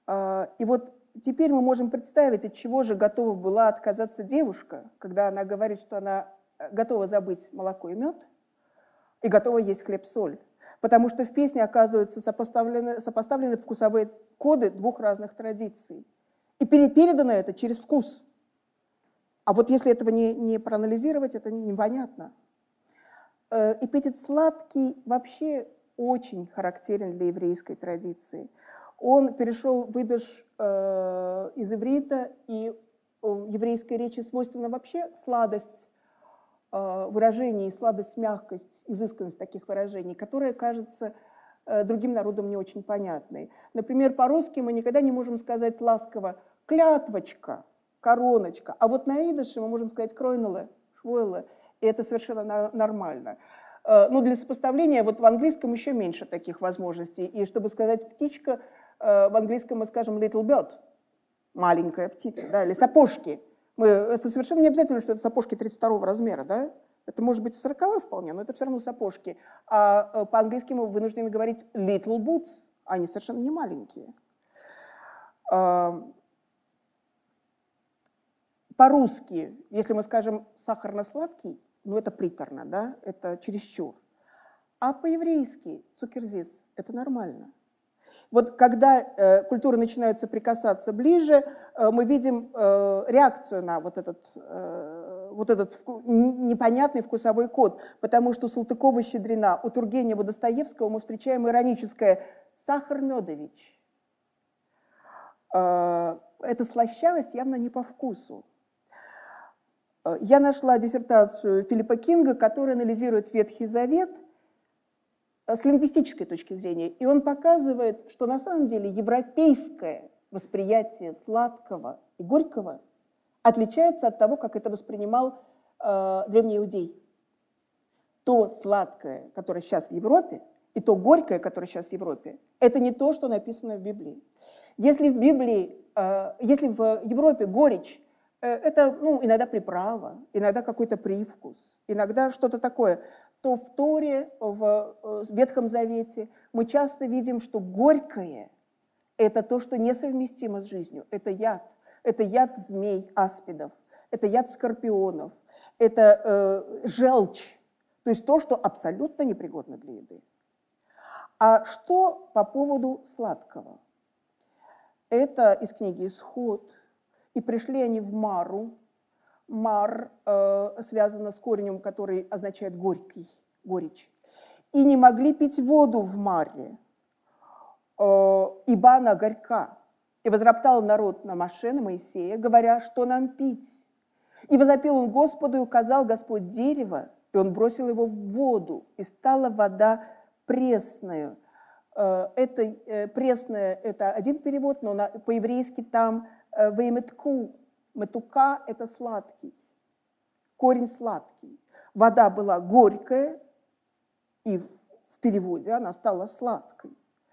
И вот теперь мы можем представить, от чего же готова была отказаться девушка, когда она говорит, что она готова забыть молоко и мед и готова есть хлеб-соль. Потому что в песне оказываются сопоставлены вкусовые коды двух разных традиций. И передано это через вкус. А вот если этого не проанализировать, это непонятно. Эпитет «сладкий» вообще очень характерен для еврейской традиции. Он перешел в идиш из иврита, и в еврейской речи свойственна вообще сладость выражений, сладость, мягкость, изысканность таких выражений, которая кажется другим народам не очень понятной. Например, по-русски мы никогда не можем сказать ласково «клятвочка», «короночка», а вот на идише мы можем сказать «кройнеле», «швойле», и это совершенно нормально. Но для сопоставления, вот в английском еще меньше таких возможностей. И чтобы сказать «птичка», в английском мы скажем «little bird», «маленькая птица», да, или «сапожки». Это совершенно не обязательно, что это сапожки 32-го размера, да? Это может быть 40-й вполне, но это все равно сапожки. А по-английски мы вынуждены говорить little boots, они совершенно не маленькие. По-русски, если мы скажем сахарно-сладкий, ну это приторно, да? Это чересчур. А по-еврейски цукерзис – это нормально. Вот когда культуры начинают соприкасаться ближе, мы видим реакцию на вот этот непонятный вкусовой код, потому что у Салтыкова-Щедрина, у Тургенева, Достоевского мы встречаем ироническое «сахар Медович». Эта слащавость явно не по вкусу. Я нашла диссертацию Филиппа Кинга, которая анализирует Ветхий Завет с лингвистической точки зрения, и он показывает, что на самом деле европейское восприятие сладкого и горького отличается от того, как это воспринимал древний иудей. То сладкое, которое сейчас в Европе, и то горькое, которое сейчас в Европе, это не то, что написано в Библии. Если в Европе горечь это иногда приправа, иногда какой-то привкус, иногда что-то такое, то в Торе, в Ветхом Завете мы часто видим, что горькое – это то, что несовместимо с жизнью. Это яд змей, аспидов, это яд скорпионов, это желчь, то есть то, что абсолютно непригодно для еды. А что по поводу сладкого? Это из книги «Исход». И пришли они в Мару. Мар связано с корнем, который означает горький, горечь. И не могли пить воду в Маре, ибо она горька. И возроптал народ на Моше, на Моисея, говоря, что нам пить. И возопил он Господу, и указал Господь дерево, и он бросил его в воду, и стала вода пресная. Пресная – это один перевод, но по-еврейски там «вейметку». Метука – это сладкий, корень сладкий. Вода была горькая, и в переводе она стала сладкой.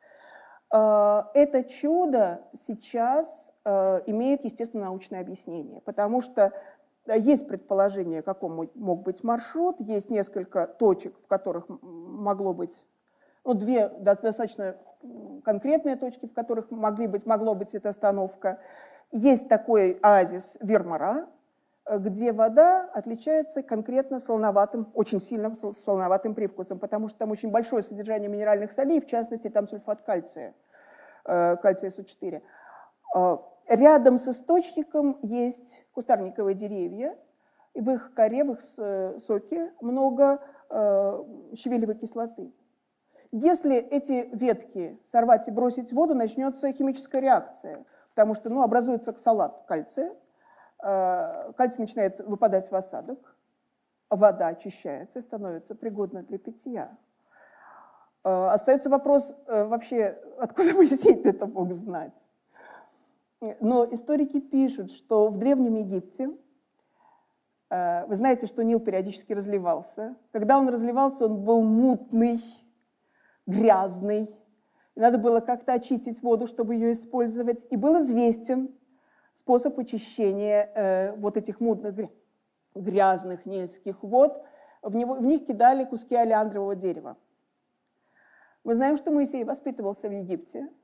Это чудо сейчас имеет, естественно, научное объяснение, потому что есть предположение, каком мог быть маршрут, есть несколько точек, в которых могло быть, две достаточно конкретные точки, в которых могло быть эта остановка. Есть такой оазис Вир-Мара, где вода отличается конкретно солоноватым, очень сильным солоноватым привкусом, потому что там очень большое содержание минеральных солей, в частности, там сульфат кальция, кальция СО4. Рядом с источником есть кустарниковые деревья, и в их коре, в их соке много щавелевой кислоты. Если эти ветки сорвать и бросить в воду, начнется химическая реакция, потому что образуется оксалат кальция, кальций начинает выпадать в осадок, вода очищается и становится пригодна для питья. Остается вопрос вообще, откуда Моисей это мог знать. Но историки пишут, что в Древнем Египте, вы знаете, что Нил периодически разливался. Когда он разливался, он был мутный, грязный. И надо было как-то очистить воду, чтобы ее использовать. И был известен способ очищения вот этих мутных, грязных нильских вод. В них кидали куски олеандрового дерева. Мы знаем, что Моисей воспитывался в Египте.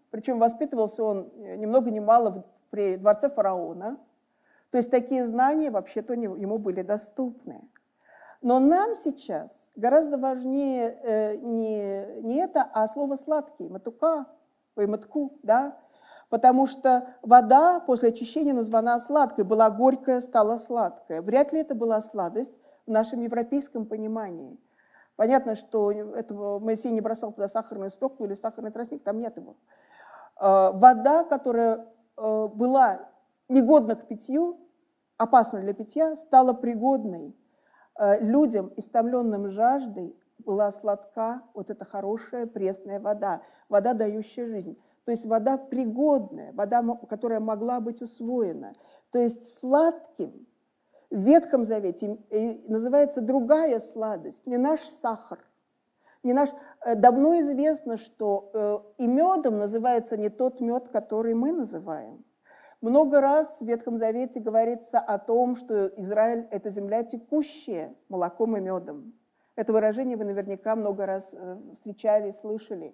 Причем воспитывался он ни много ни мало при дворце фараона. То есть такие знания вообще-то ему были доступны. Но нам сейчас гораздо важнее не это, а слово «сладкий», «матука», «матку», да? Потому что вода после очищения названа сладкой, была горькая, стала сладкая. Вряд ли это была сладость в нашем европейском понимании. Понятно, что этого Моисей не бросал туда сахарную свеклу или сахарный тростник, там нет его. Вода, которая была негодна к питью, опасна для питья, стала пригодной. Людям, истомленным жаждой, была сладка вот эта хорошая пресная вода, вода, дающая жизнь. То есть вода пригодная, вода, которая могла быть усвоена. То есть сладким в Ветхом Завете называется другая сладость, не наш сахар. Не наш... Давно известно, что и медом называется не тот мед, который мы называем. Много раз в Ветхом Завете говорится о том, что Израиль – это земля, текущая молоком и медом. Это выражение вы наверняка много раз встречали, слышали.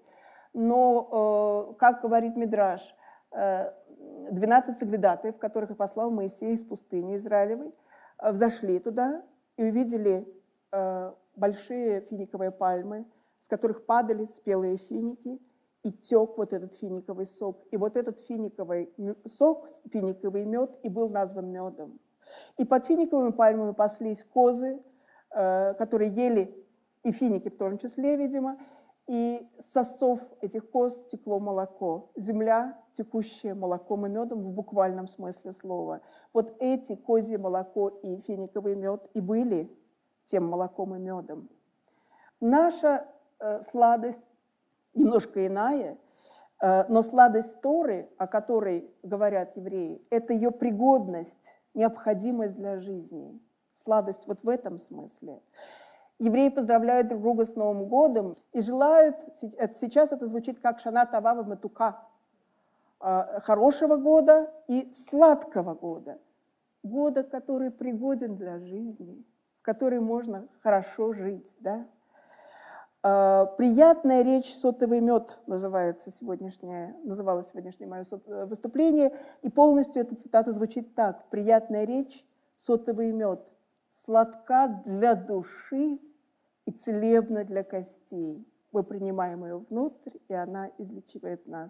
Но, как говорит Мидраш, 12 соглядатаев, которых и послал Моисей из пустыни Израилевой, взошли туда и увидели большие финиковые пальмы, с которых падали спелые финики, и тек вот этот финиковый сок. И вот этот финиковый сок, финиковый мед, и был назван медом. И под финиковыми пальмами паслись козы, которые ели и финики в том числе, видимо, и с сосов этих коз текло молоко. Земля, текущая молоком и медом в буквальном смысле слова. Вот эти козье молоко и финиковый мед и были тем молоком и медом. Наша сладость немножко иная, но сладость Торы, о которой говорят евреи, это ее пригодность, необходимость для жизни. Сладость вот в этом смысле. Евреи поздравляют друг друга с Новым годом и желают, сейчас это звучит как «Шана това ва матука», хорошего года и сладкого года. Года, который пригоден для жизни, в который можно хорошо жить, да? «Приятная речь, сотовый мед» называлось сегодняшнее мое выступление, и полностью эта цитата звучит так: «Приятная речь, сотовый мед, сладка для души и целебна для костей. Мы принимаем ее внутрь, и она излечивает нас».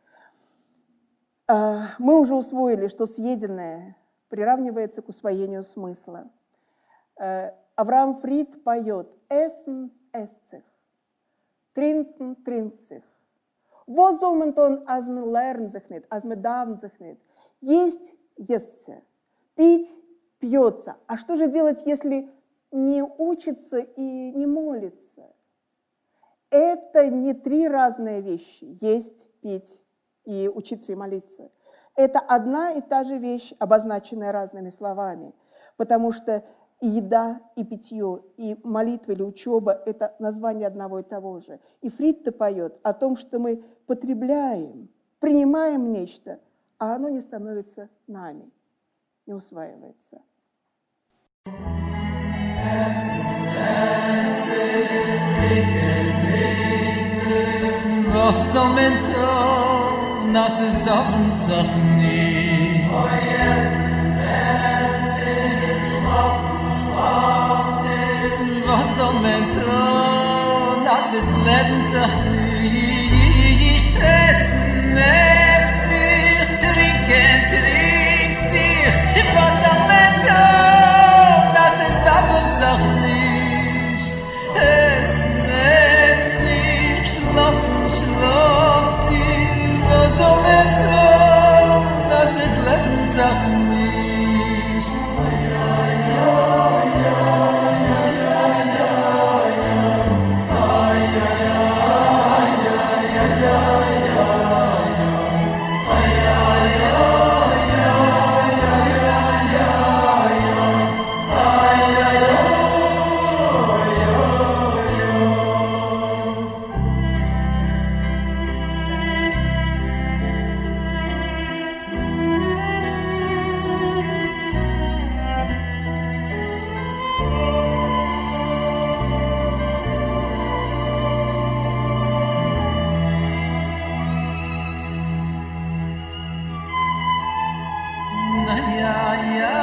Мы уже усвоили, что съеденное приравнивается к усвоению смысла. Авраам Фрид поет «Essen esst sich, trinken trinkt sich. Wo soll man tun, als man lernt sich nicht, als man darf sich nicht? Есть естся, пить пьется. А что же делать, если не учится и не молится? Это не три разные вещи: есть, пить и учиться и молиться. Это одна и та же вещь, обозначенная разными словами, потому что и еда, и питье, и молитва или учеба – это название одного и того же. И Фрид-то поет о том, что мы потребляем, принимаем нечто, а оно не становится нами, не усваивается. Was soll man tun, das ist blättend nicht. Essen esst sich, trinken trinkt sich. Was soll man tun, das ist blättend nicht. Essen esst sich, schlafen schlaft sich. Was soll man tun, das ist blättend nicht. ja, ja.